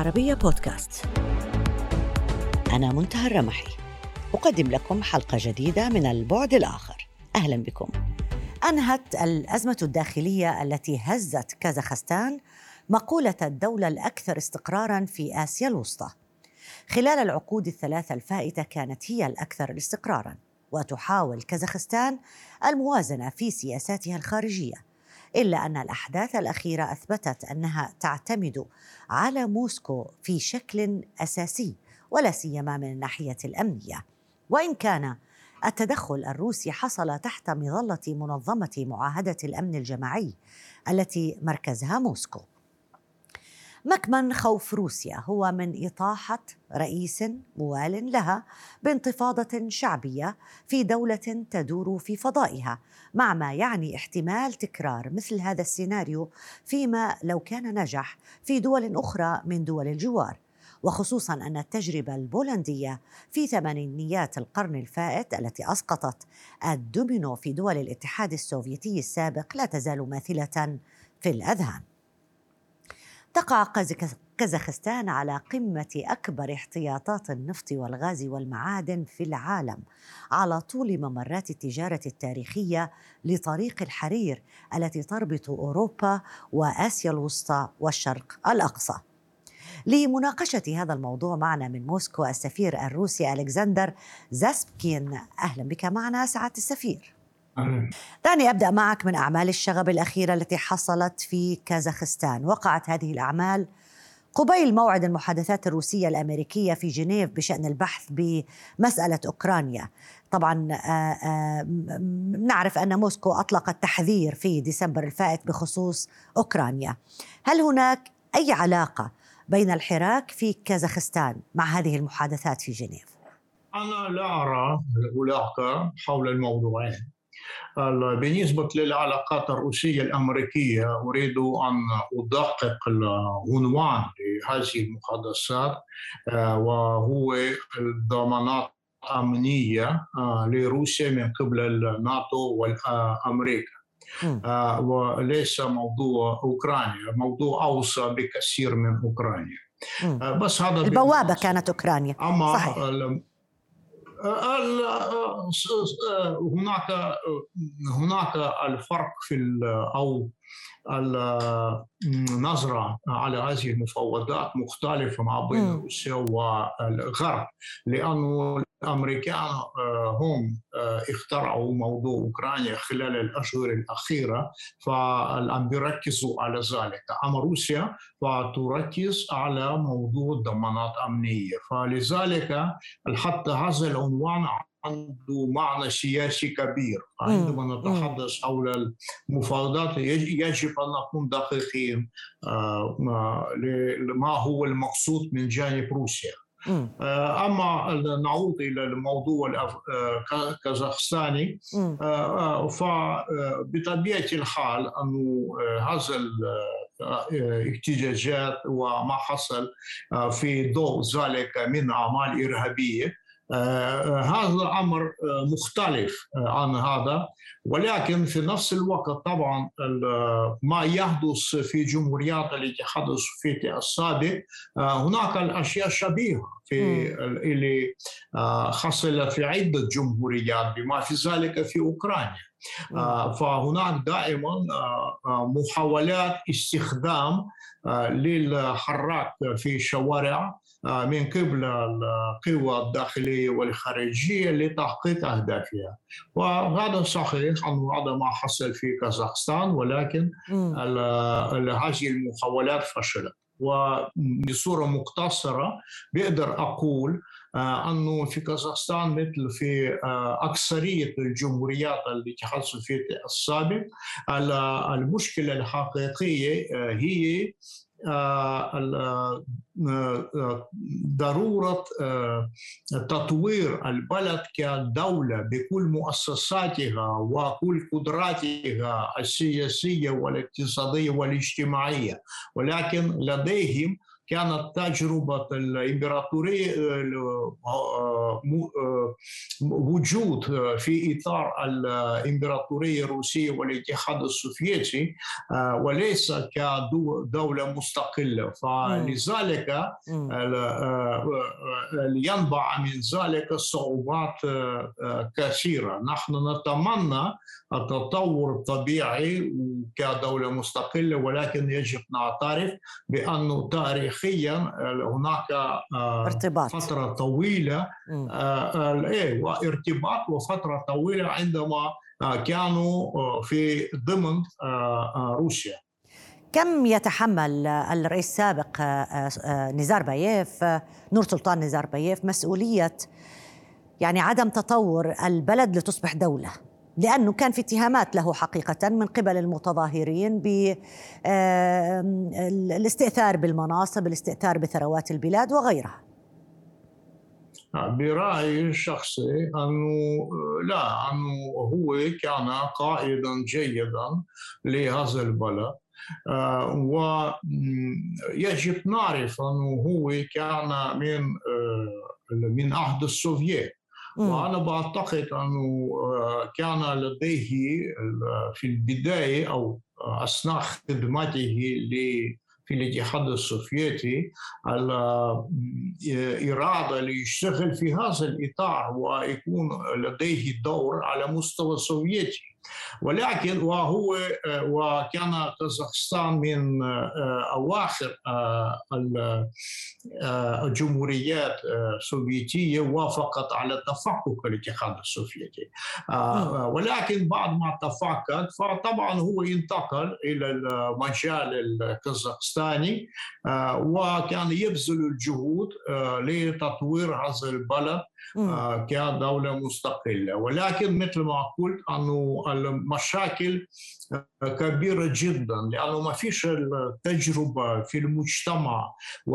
العربية بودكاست. أنا منتهى الرمحي، أقدم لكم حلقة جديدة من البعد الآخر. أهلا بكم. أنهت الأزمة الداخلية التي هزت كازاخستان مقولة الدولة الأكثر استقراراً في آسيا الوسطى. خلال العقود الثلاثة الفائتة كانت هي الأكثر استقراراً، وتحاول كازاخستان الموازنة في سياساتها الخارجية، إلا أن الأحداث الأخيرة أثبتت أنها تعتمد على موسكو في شكل أساسي، ولا سيما من الناحية الأمنية. وإن كان التدخل الروسي حصل تحت مظلة منظمة معاهدة الأمن الجماعي التي مركزها موسكو. مكمن خوف روسيا هو من إطاحة رئيس موال لها بانتفاضة شعبية في دولة تدور في فضائها، مع ما يعني احتمال تكرار مثل هذا السيناريو فيما لو كان نجح في دول أخرى من دول الجوار، وخصوصا أن التجربة البولندية في ثمانينيات القرن الفائت التي أسقطت الدومينو في دول الاتحاد السوفيتي السابق لا تزال ماثلة في الأذهان. تقع كازاخستان على قمة أكبر احتياطات النفط والغاز والمعادن في العالم، على طول ممرات التجارة التاريخية لطريق الحرير التي تربط أوروبا وآسيا الوسطى والشرق الأقصى. لمناقشة هذا الموضوع معنا من موسكو السفير الروسي ألكسندر زاسبكين. أهلا بك معنا سعادة السفير. دعني أبدأ معك من أعمال الشغب الأخيرة التي حصلت في كازاخستان. وقعت هذه الأعمال قبيل موعد المحادثات الروسية الأمريكية في جنيف بشأن البحث بمسألة أوكرانيا. طبعا نعرف أن موسكو أطلقت تحذير في ديسمبر الفائت بخصوص أوكرانيا. هل هناك أي علاقة بين الحراك في كازاخستان مع هذه المحادثات في جنيف؟ أنا لا أرى علاقة حول الموضوعين. بالنسبة للعلاقات الروسية الأمريكية أريد أن أدقق العنوان لهذه المحادثات، وهو الضمانات أمنية لروسيا من قبل الناتو والأمريكا، وليس موضوع أوكرانيا، موضوع أوسع بكثير من أوكرانيا. بس هذا البوابة كانت أوكرانيا. صحيح. هناك الفرق في أو النظرة على هذه المفاوضات مختلفة ما بين روسيا والغرب، لأن الأمريكان هم اخترعوا موضوع أوكرانيا خلال الأشهر الأخيرة، فالآن بيركزوا على ذلك. أما روسيا فتركز على موضوع الضمانات الأمنية، فلذلك حتى هذا العنوان عنده معنى سياسي كبير. عندما نتحدث حول المفاوضات يجب أن نكون دقيقين لما هو المقصود من جانب روسيا. أما نعود إلى الموضوع الكازاخستاني، فبطبيعة الحال أن هذا الاحتجاجات وما حصل في ضوء ذلك من أعمال إرهابية، هذا أمر مختلف عن هذا. ولكن في نفس الوقت طبعا ما يحدث في جمهوريات الاتحاد السوفيتي السابق، هناك الأشياء شبيهة اللي حصل في عدة جمهوريات بما في ذلك في أوكرانيا. فهناك دائما محاولات استخدام للحراك في الشوارع من قبل القوى الداخلية والخارجية لتحقيق أهدافها، وهذا صحيح أنه هذا ما حصل في كازاخستان، ولكن هذه المحاولات فشلت. وبصورة مختصرة بقدر أقول أنه في كازاخستان مثل في أكثرية الجمهوريات الاتحاد السوفيتي السابق، المشكلة الحقيقية هي ضرورة تطوير البلد كدولة بكل مؤسساتها وكل قدراتها السياسية والاقتصادية والاجتماعية، ولكن لديهم كانت تجربة الإمبراطورية وجود في إطار الإمبراطورية الروسية والاتحاد السوفيتي وليس كدولة مستقلة، فلذلك ينبع من ذلك صعوبات كثيرة. نحن نتمنى التطور الطبيعي كدولة مستقلة، ولكن يجب نعترف بأنه تاريخيا هناك ارتباط فترة طويلة وارتباط وفترة طويلة عندما كانوا في ضمن روسيا. كم يتحمل الرئيس السابق نزارباييف نور سلطان نزارباييف مسؤولية يعني عدم تطور البلد لتصبح دولة؟ لأنه كان في اتهامات له حقيقة من قبل المتظاهرين بالاستئثار بالمناصب، الاستئثار بثروات البلاد وغيرها. برأيي الشخصي أنه لا، أنه هو كان قائدا جيدا لهذا البلد، ويجب نعرف أنه هو كان من عهد السوفييت، وأنا بعتقد أنه كان لديه في البداية أو أثناء خدمته في الاتحاد السوفيتي الإرادة ليشتغل في هذا الإطار ويكون لديه دور على مستوى سوفيتي. ولكن وكان كازاخستان من أواخر الجمهوريات السوفيتية وافقت على تفكك الاتحاد السوفيتي، ولكن بعد ما تفكك فطبعا هو انتقل إلى المجال الكازاخستاني وكان يبذل الجهود لتطوير هذا البلد كدولة مستقلة. ولكن مثل ما قلت أنه المشاكل كبيرة جدا، لأنه ما فيش التجربة في المجتمع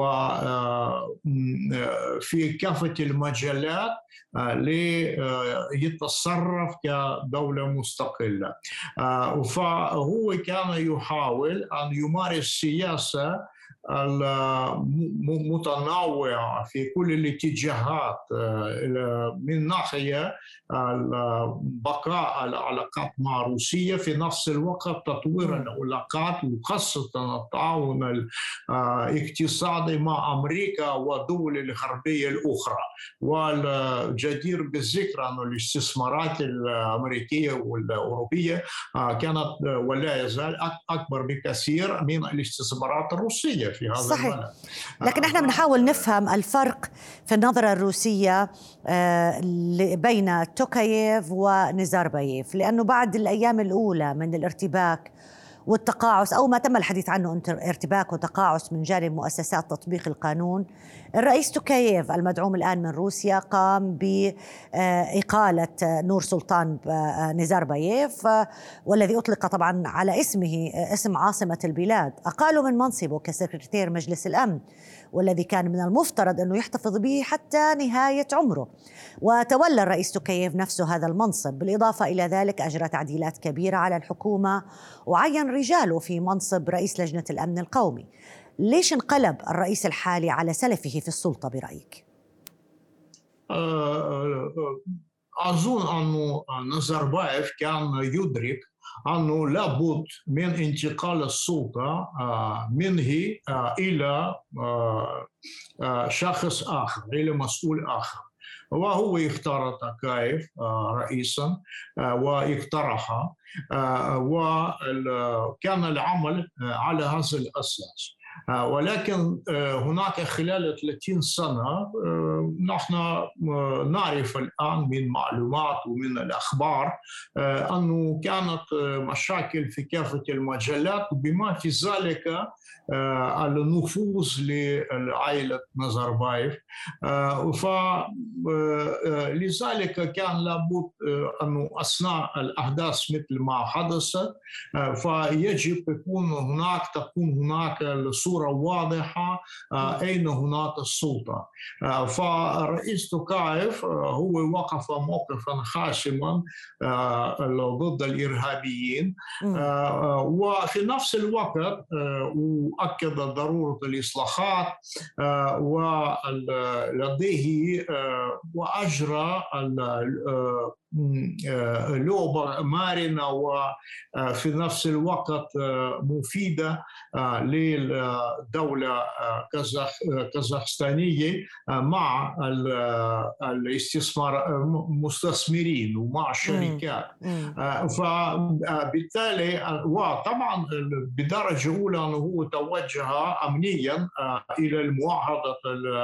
وفي كافة المجالات ليتصرف كدولة مستقلة. فهو كان يحاول أن يمارس سياسة المتنوعة في كل الاتجاهات، من ناحية بقاء العلاقات مع روسيا، في نفس الوقت تطوير العلاقات وخاصة التعاون الاقتصادي مع أمريكا والدول الغربية الأخرى. والجدير بالذكر أن الاستثمارات الأمريكية والأوروبية كانت ولا يزال أكبر بكثير من الاستثمارات الروسية في هذا صحيح. البلد. لكن احنا بنحاول نفهم الفرق في النظرة الروسية بين توكاييف ونزارباييف، لأنه بعد الأيام الأولى من الارتباك والتقاعس أو ما تم الحديث عنه ارتباك وتقاعس من جانب مؤسسات تطبيق القانون، الرئيس توكاييف المدعوم الآن من روسيا قام بإقالة نور سلطان نزارباييف، والذي أطلق طبعا على اسمه اسم عاصمة البلاد. أقالوا من منصبه كسكرتير مجلس الأمن، والذي كان من المفترض أنه يحتفظ به حتى نهاية عمره، وتولى الرئيس توكاييف نفسه هذا المنصب. بالإضافة إلى ذلك أجرى تعديلات كبيرة على الحكومة وعين رجاله في منصب رئيس لجنة الأمن القومي. ليش انقلب الرئيس الحالي على سلفه في السلطة برأيك؟ أظن أن نزاربايف كان يدرك أنه لابد من انتقال السلطة منه إلى شخص آخر، إلى مسؤول آخر، وهو اختار توكايف رئيسا واقترح، وكان العمل على هذا الأساس. ولكن هناك خلال 30 سنة نحن نعرف الآن من معلومات ومن الأخبار أنه كانت مشاكل في كافة المجالات، بما في ذلك النفوذ لعائلة نزاربايف. فلذلك كان لابد أنه أثناء الأحداث مثل ما حدثت فيجب تكون هناك السلطة بصورة واضحة أين هناك السلطة. فرئيس توكايف هو وقف موقفا حاسما ضد الإرهابيين، وفي نفس الوقت أكد ضرورة الإصلاحات، ولديه وأجرى لعبة مرنة وفي نفس الوقت مفيدة للدولة الكازاخستانية مع المستثمرين ومع الشركات. فبالتالي وطبعا بدرجة أولى أنه هو توجه أمنيا إلى المعاهدة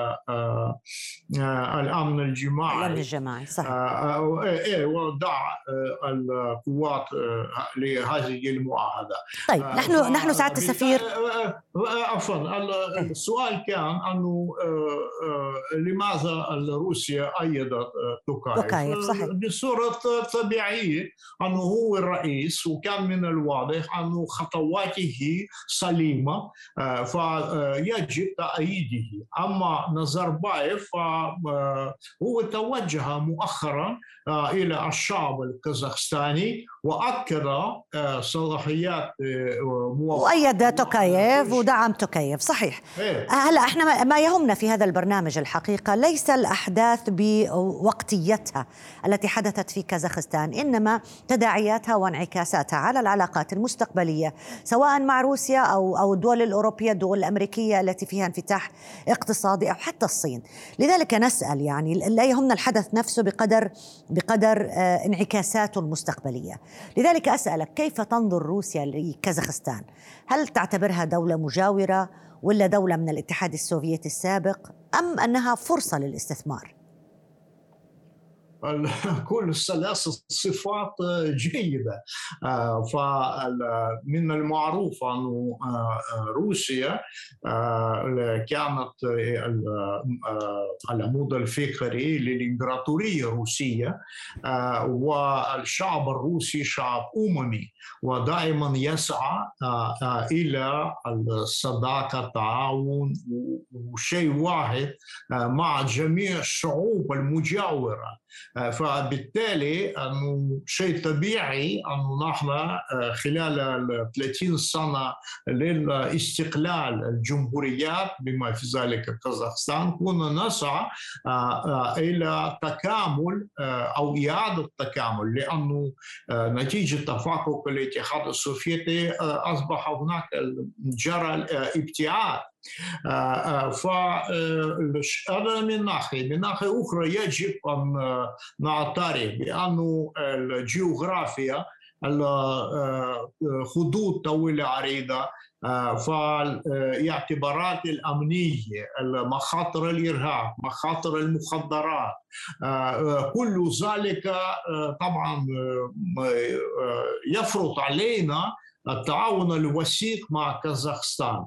الأمن الجماعي صحيح. ودع القوات لهذه المعاهدة. طيب نحن سعادة السفير، عفوا، السؤال كان أنه لماذا روسيا أيدت توكايف؟ صحيح. بصورة طبيعية أنه هو الرئيس، وكان من الواضح أنه خطواته سليمة فيجب تأييده. أما نزاربايف هو توجه مؤخرا إلى الشعب الكازاخستاني وأكد صلاحيات وأيد توكايف ودعم توكايف. صحيح. هلا احنا ما يهمنا في هذا البرنامج الحقيقة ليس الأحداث بوقتيتها التي حدثت في كازاخستان، إنما تداعياتها وانعكاساتها على العلاقات المستقبلية سواء مع روسيا أو الدول الأوروبية، الدول الأمريكية التي فيها انفتاح اقتصادي، أو حتى الصين. لذلك نسأل، يعني لا يهمنا الحدث نفسه بقدر انعكاساته المستقبلية. لذلك أسألك، كيف تنظر روسيا لكازاخستان؟ هل تعتبرها دولة مجاورة ولا دولة من الاتحاد السوفيتي السابق، أم أنها فرصة للاستثمار؟ كل الثلاث صفات جيدة. فمن المعروف أن روسيا كانت العمود الفقري للإمبراطورية الروسية، والشعب الروسي شعب أممي ودائما يسعى إلى الصداقة، التعاون، وشيء واحد مع جميع الشعوب المجاورة. فبالتالي أنه شيء طبيعي أنه نحن خلال 30 سنة للاستقلال الجمهوريات بما في ذلك كازاخستان كنا نسعى إلى تكامل أو إعادة تكامل، لأنه نتيجة تفكك الاتحاد السوفيتي أصبح هناك جرى الابتعاد. فهذا من ناحية أخرى يجب أن نعترف بأن الجغرافيا، الخطوط طويلة عريضة، فالاعتبارات الأمنية، مخاطر الإرهاب، مخاطر المخدرات، كل ذلك طبعا يفرض علينا التعاون الوثيق مع كازاخستان.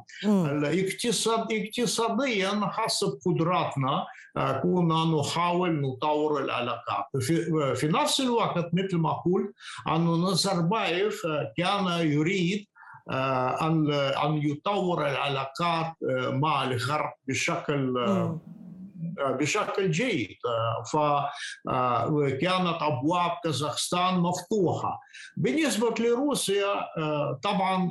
اقتصاديا حسب قدراتنا كنا نحاول نطور العلاقات. في نفس الوقت مثل ما قلت أن نزاربايف كان يريد أن يطور العلاقات مع الغرب بشكل جيد، فكانت أبواب كازاخستان مفتوحة. بالنسبة لروسيا طبعا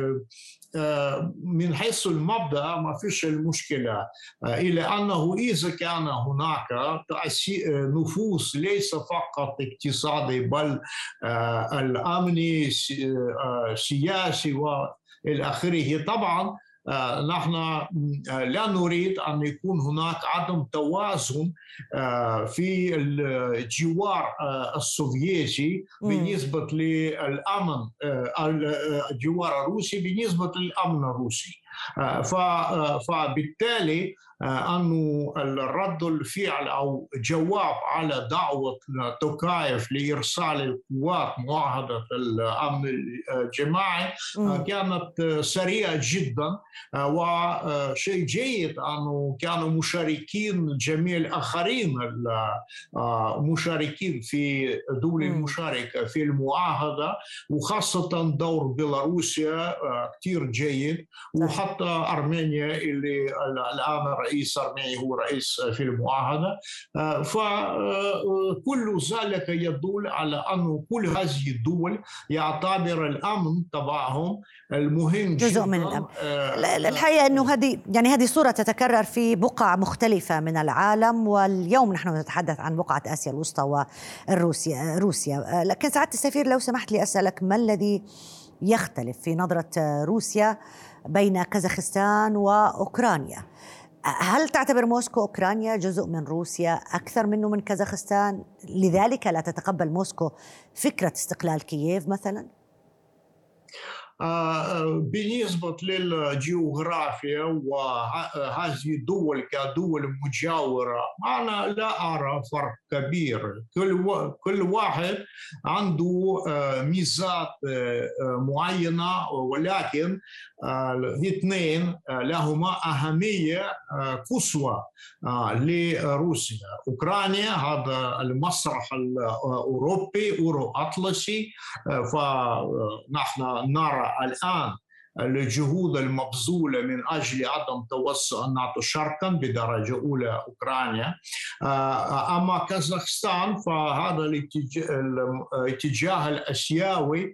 من حيث المبدأ ما فيش المشكلة، إلا أنه إذا كان هناك نفوذ ليس فقط اقتصادي بل الأمني، سياسي وإلى آخره، طبعا نحن لا نريد أن يكون هناك عدم توازن في الجوار السوفيتي بالنسبة للأمن، الجوار الروسي بالنسبة للأمن الروسي. فبالتالي أنه الرد الفعل أو جواب على دعوة توكايف لإرسال القوات معاهدة الأمن الجماعي كانت سريعة جدا، وشيء جيد أنه كانوا مشاركين جميع الآخرين مشاركين في دول المشاركة في المعاهدة، وخاصة دور بيلاروسيا كتير جيد. وحتى أرمينيا اللي الآن رئيس أرمينيا هو رئيس في المعاهدة. فكل ذلك يدل على أن كل هذه الدول يعتبر الأمن تبعهم المهم جزء جدا. من الأمن. الحقيقة أنه هذه صورة تتكرر في بقع مختلفة من العالم، واليوم نحن نتحدث عن بقعة آسيا الوسطى وروسيا. لكن سعادة السفير لو سمحت لي أسألك، ما الذي يختلف في نظرة روسيا بين كازاخستان وأوكرانيا؟ هل تعتبر موسكو أوكرانيا جزء من روسيا أكثر منه من كازاخستان، لذلك لا تتقبل موسكو فكرة استقلال كييف مثلا؟ بالنسبة للجغرافيا وهذه الدول كدول مجاورة، أنا لا أرى فرق كبير. كل واحد عنده ميزات معينة، ولكن الاثنين لهما أهمية قصوى لروسيا. أوكرانيا هذا المسرح الأوروبي أورو أطلسي، فنحن نرى الآن الجهود المبذولة من أجل عدم توسع الناتو شرقا بدرجة أولى أوكرانيا. أما كازاخستان فهذا الاتجاه الآسيوي،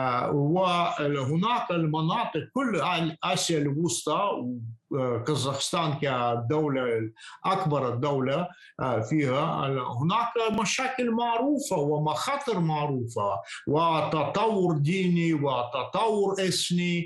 وهناك المناطق كل آسيا الوسطى، كازاخستان كدولة أكبر الدولة فيها، هناك مشاكل معروفة ومخاطر معروفة وتطور ديني وتطور إثني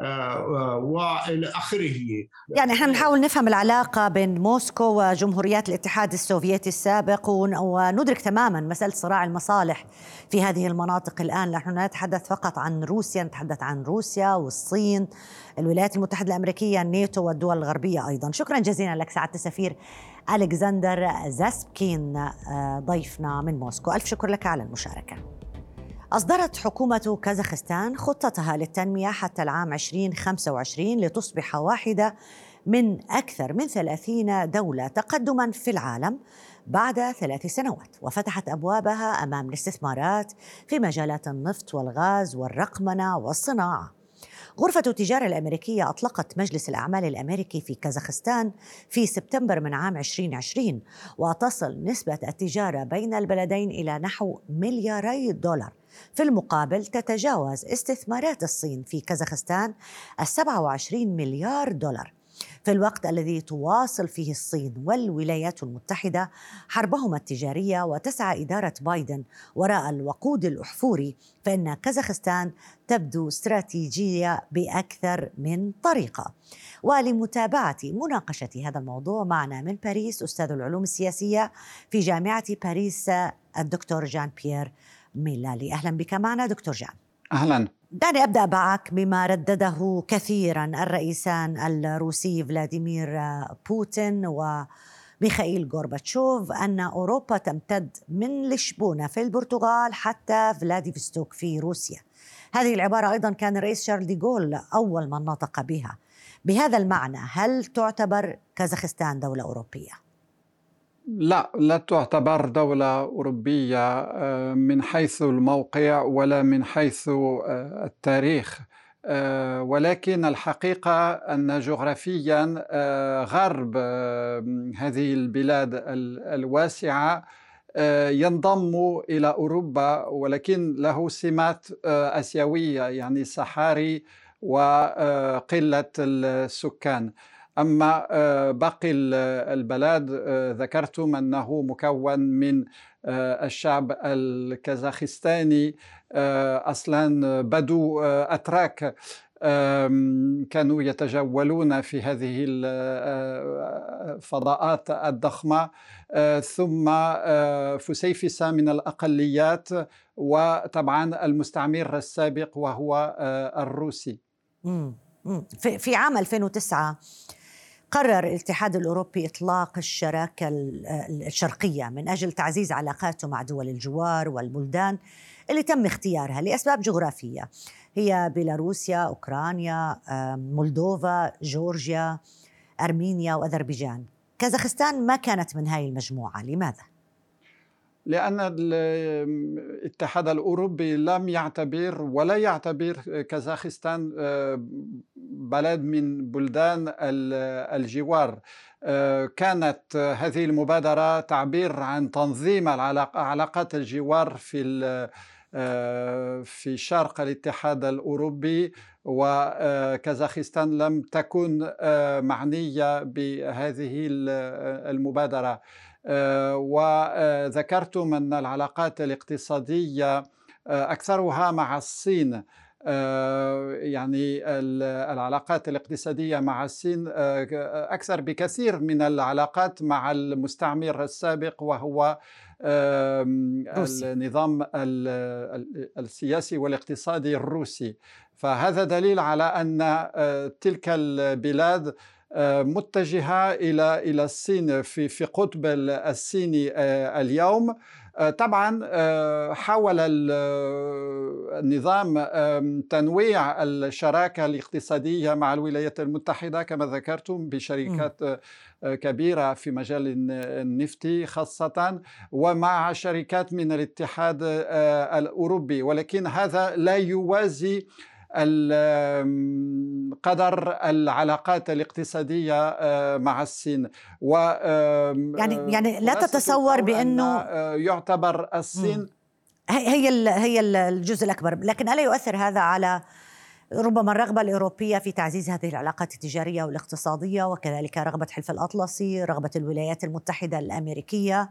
وإلى آخره. يعني احنا بنحاول نفهم العلاقة بين موسكو وجمهوريات الاتحاد السوفيتي السابق، وندرك تماما مسألة صراع المصالح في هذه المناطق. الآن نحن لا نتحدث فقط عن روسيا، نتحدث عن روسيا والصين، الولايات المتحدة الأمريكية، الناتو والدول الغربية أيضا. شكرا جزيلا لك سعادة السفير ألكسندر زاسبكين ضيفنا من موسكو. ألف شكر لك على المشاركة. أصدرت حكومة كازاخستان خطتها للتنمية حتى العام 2025 لتصبح واحدة من أكثر من 30 دولة تقدما في العالم بعد 3 سنوات، وفتحت أبوابها أمام الاستثمارات في مجالات النفط والغاز والرقمنة والصناعة. غرفة التجارة الأمريكية أطلقت مجلس الأعمال الأمريكي في كازاخستان في سبتمبر من عام 2020، وتصل نسبة التجارة بين البلدين إلى نحو $2 مليار. في المقابل تتجاوز استثمارات الصين في كازاخستان $27 مليار، في الوقت الذي تواصل فيه الصين والولايات المتحدة حربهما التجارية وتسعى إدارة بايدن وراء الوقود الأحفوري، فإن كازاخستان تبدو استراتيجية بأكثر من طريقة. ولمتابعة مناقشة هذا الموضوع معنا من باريس أستاذ العلوم السياسية في جامعة باريس الدكتور جان بيير ميلالي. أهلا بك معنا دكتور جان. أهلا. دعني أبدأ معك بما ردده كثيرا الرئيسان الروسي فلاديمير بوتين وميخائيل غورباتشوف أن أوروبا تمتد من لشبونة في البرتغال حتى فلاديفستوك في روسيا. هذه العبارة أيضا كان الرئيس شارل دي غول أول من نطق بها. بهذا المعنى هل تعتبر كازاخستان دولة أوروبية؟ لا تعتبر دولة أوروبية من حيث الموقع ولا من حيث التاريخ، ولكن الحقيقة أن جغرافيا غرب هذه البلاد الواسعة ينضم إلى أوروبا، ولكن له سمات آسيوية، يعني صحاري وقلة السكان. أما باقي البلاد ذكرتم أنه مكون من الشعب الكازاخستاني، أصلا بدو أتراك كانوا يتجولون في هذه الفضاءات الضخمة، ثم فسيفساء من الأقليات، وطبعا المستعمر السابق وهو الروسي. في عام 2009 قرر الاتحاد الأوروبي إطلاق الشراكة الشرقية من أجل تعزيز علاقاته مع دول الجوار والبلدان اللي تم اختيارها لأسباب جغرافية، هي بيلاروسيا، أوكرانيا، مولدوفا، جورجيا، أرمينيا وأذربيجان. كازاخستان ما كانت من هاي المجموعة، لماذا؟ لأن الاتحاد الأوروبي لم يعتبر ولا يعتبر كازاخستان بلد من بلدان الجوار. كانت هذه المبادرة تعبير عن تنظيم علاقات الجوار في شرق الاتحاد الأوروبي، وكازاخستان لم تكن معنية بهذه المبادرة. وذكرتم أن العلاقات الاقتصادية أكثرها مع الصين. يعني العلاقات الاقتصادية مع الصين أكثر بكثير من العلاقات مع المستعمر السابق، وهو النظام السياسي والاقتصادي الروسي. فهذا دليل على أن تلك البلاد متجهة إلى الصين في قطب الصيني اليوم. طبعا حاول النظام تنويع الشراكة الاقتصادية مع الولايات المتحدة كما ذكرتم بشركات كبيرة في مجال النفط خاصة، ومع شركات من الاتحاد الأوروبي، ولكن هذا لا يوازي قدر العلاقات الاقتصادية مع الصين. يعني لا تتصور بأنه يعتبر الصين هي الجزء الأكبر، لكن ألا يؤثر هذا على ربما الرغبة الأوروبية في تعزيز هذه العلاقات التجارية والاقتصادية، وكذلك رغبة حلف الأطلسي، رغبة الولايات المتحدة الأمريكية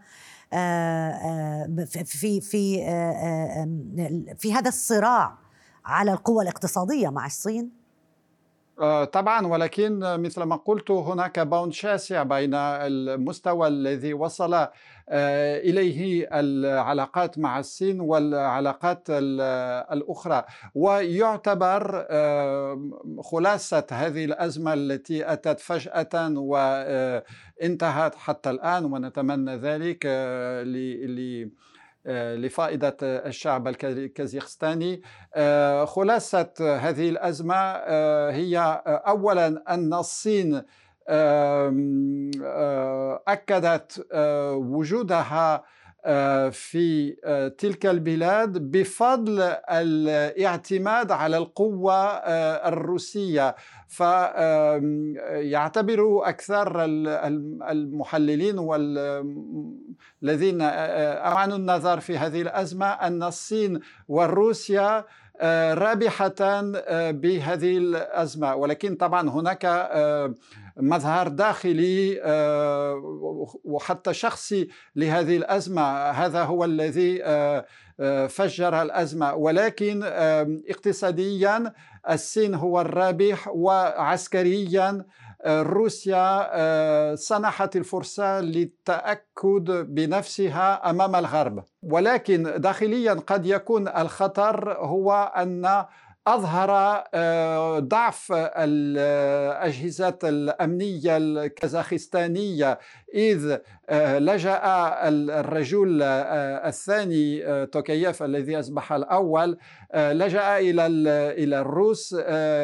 في هذا الصراع على القوة الاقتصادية مع الصين؟ طبعا، ولكن مثل ما قلت هناك باوند شاسع بين المستوى الذي وصل إليه العلاقات مع الصين والعلاقات الأخرى. ويعتبر خلاصة هذه الأزمة التي أتت فجأة وانتهت حتى الآن، ونتمنى ذلك لفائدة الشعب الكازاخستاني. خلاصة هذه الأزمة هي أولا أن الصين أكدت وجودها في تلك البلاد بفضل الاعتماد على القوة الروسية. فيعتبر أكثر المحللين والذين أعانوا النظر في هذه الأزمة أن الصين وروسيا رابحتان بهذه الأزمة، ولكن طبعا هناك مظهر داخلي وحتى شخصي لهذه الأزمة، هذا هو الذي فجر الأزمة. ولكن اقتصاديا الصين هو الرابح، وعسكريا روسيا سنحت الفرصة للتأكد بنفسها أمام الغرب. ولكن داخليا قد يكون الخطر هو أن أظهر ضعف الأجهزة الأمنية الكازاخستانية، إذ لجأ الرجل الثاني توكايف الذي أصبح الأول لجأ إلى الروس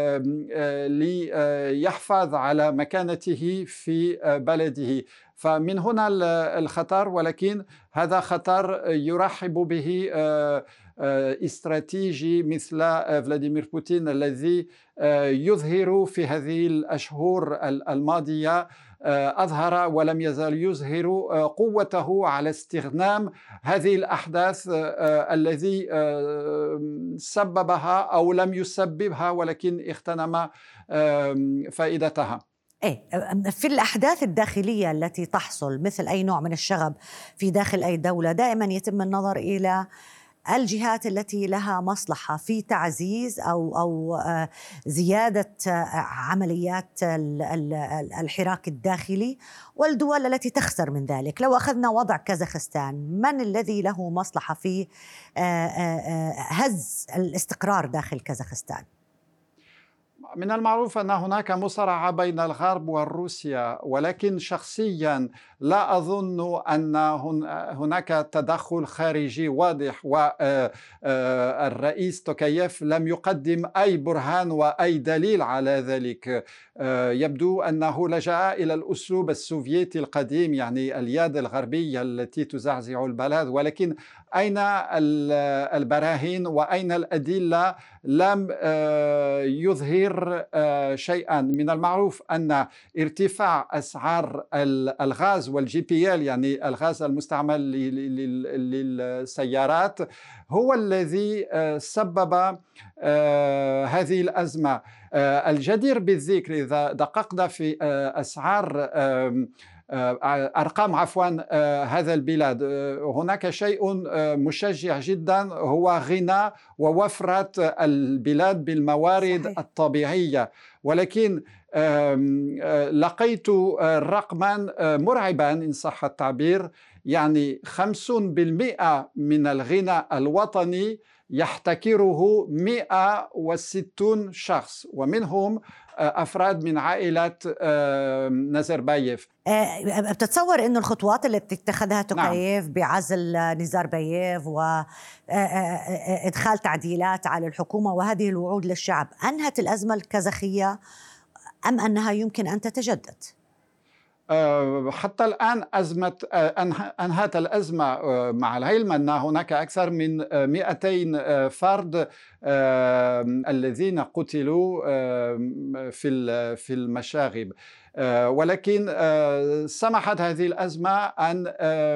ليحافظ لعلى مكانته في بلده. فمن هنا الخطر، ولكن هذا خطر يرحب به استراتيجي مثل فلاديمير بوتين الذي يظهر في هذه الأشهر الماضية، أظهر ولم يزال يظهر قوته على استخدام هذه الأحداث الذي سببها أو لم يسببها، ولكن اغتنم فائدتها. في الأحداث الداخلية التي تحصل مثل أي نوع من الشغب في داخل أي دولة، دائما يتم النظر إلى الجهات التي لها مصلحة في تعزيز أو زيادة عمليات الحراك الداخلي، والدول التي تخسر من ذلك. لو أخذنا وضع كازاخستان، من الذي له مصلحة في هز الاستقرار داخل كازاخستان؟ من المعروف أن هناك مصارعة بين الغرب وروسيا، ولكن شخصيا لا أظن أن هناك تدخل خارجي واضح، والرئيس توكاييف لم يقدم أي برهان وأي دليل على ذلك. يبدو أنه لجأ إلى الأسلوب السوفيتي القديم، يعني اليد الغربية التي تزعزع البلد، ولكن أين البراهين وأين الأدلة؟ لم يظهر شيئا. من المعروف أن ارتفاع أسعار الغاز والجي بي ال، يعني الغاز المستعمل للسيارات، هو الذي سبب هذه الأزمة. الجدير بالذكر إذا دققنا في أسعار أرقام هذا البلاد، هناك شيء مشجع جدا، هو غنى ووفرة البلاد بالموارد صحيح. الطبيعية. ولكن لقيت رقما مرعبا إن صح التعبير، يعني 50% من الغنى الوطني يحتكره 160 شخص، ومنهم أفراد من عائلة نزربايف. بتتصور أنه الخطوات اللي بتتخذها توكاييف بعزل نزاربايف وإدخال تعديلات على الحكومة وهذه الوعود للشعب أنهت الأزمة الكازاخية أم أنها يمكن أن تتجدد؟ حتى الآن أنهت الأزمة، مع العلم أن هناك أكثر من 200 فرد الذين قتلوا في المشاغب، ولكن سمحت هذه الأزمة أن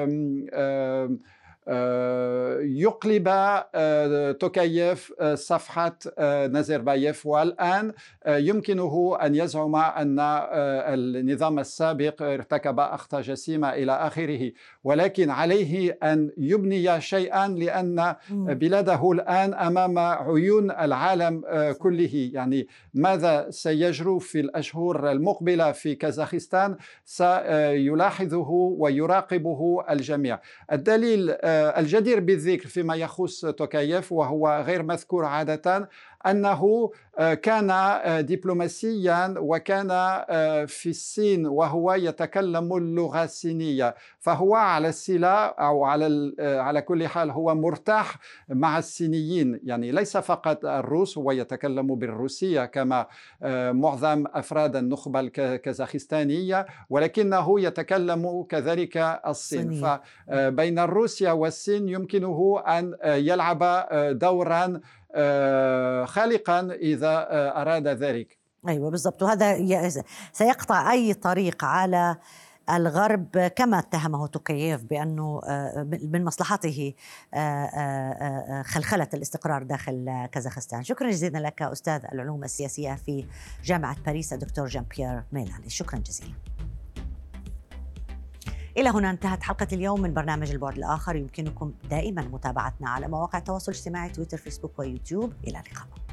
يقلب توكاييف صفحة نزربايف، والآن يمكنه أن يزعم أن النظام السابق ارتكب أخطاء جسيمة إلى آخره، ولكن عليه أن يبني شيئا، لأن بلاده الآن أمام عيون العالم كله. يعني ماذا سيجري في الأشهر المقبلة في كازاخستان سيلاحظه ويراقبه الجميع. الدليل الجدير بالذكر فيما يخص توكاييف وهو غير مذكور عادة، أنه كان دبلوماسيا وكان في الصين وهو يتكلم اللغة الصينية، فهو على الصلة أو على كل حال هو مرتاح مع الصينيين، يعني ليس فقط الروس، هو يتكلم بالروسية كما معظم أفراد النخبة الكازاخستانية، ولكنه يتكلم كذلك الصين. فبين روسيا والصين يمكنه أن يلعب دورا خالقا إذا أراد ذلك. أيوة بالضبط، وهذا سيقطع أي طريق على الغرب كما اتهمه توكاييف بأنه من مصلحته خلخلة الاستقرار داخل كازاخستان. شكرا جزيلا لك أستاذ العلوم السياسية في جامعة باريس الدكتور جان بيير ميلاني، شكرا جزيلا. إلى هنا انتهت حلقة اليوم من برنامج البعد الآخر. يمكنكم دائما متابعتنا على مواقع التواصل الاجتماعي تويتر، فيسبوك ويوتيوب. إلى اللقاء.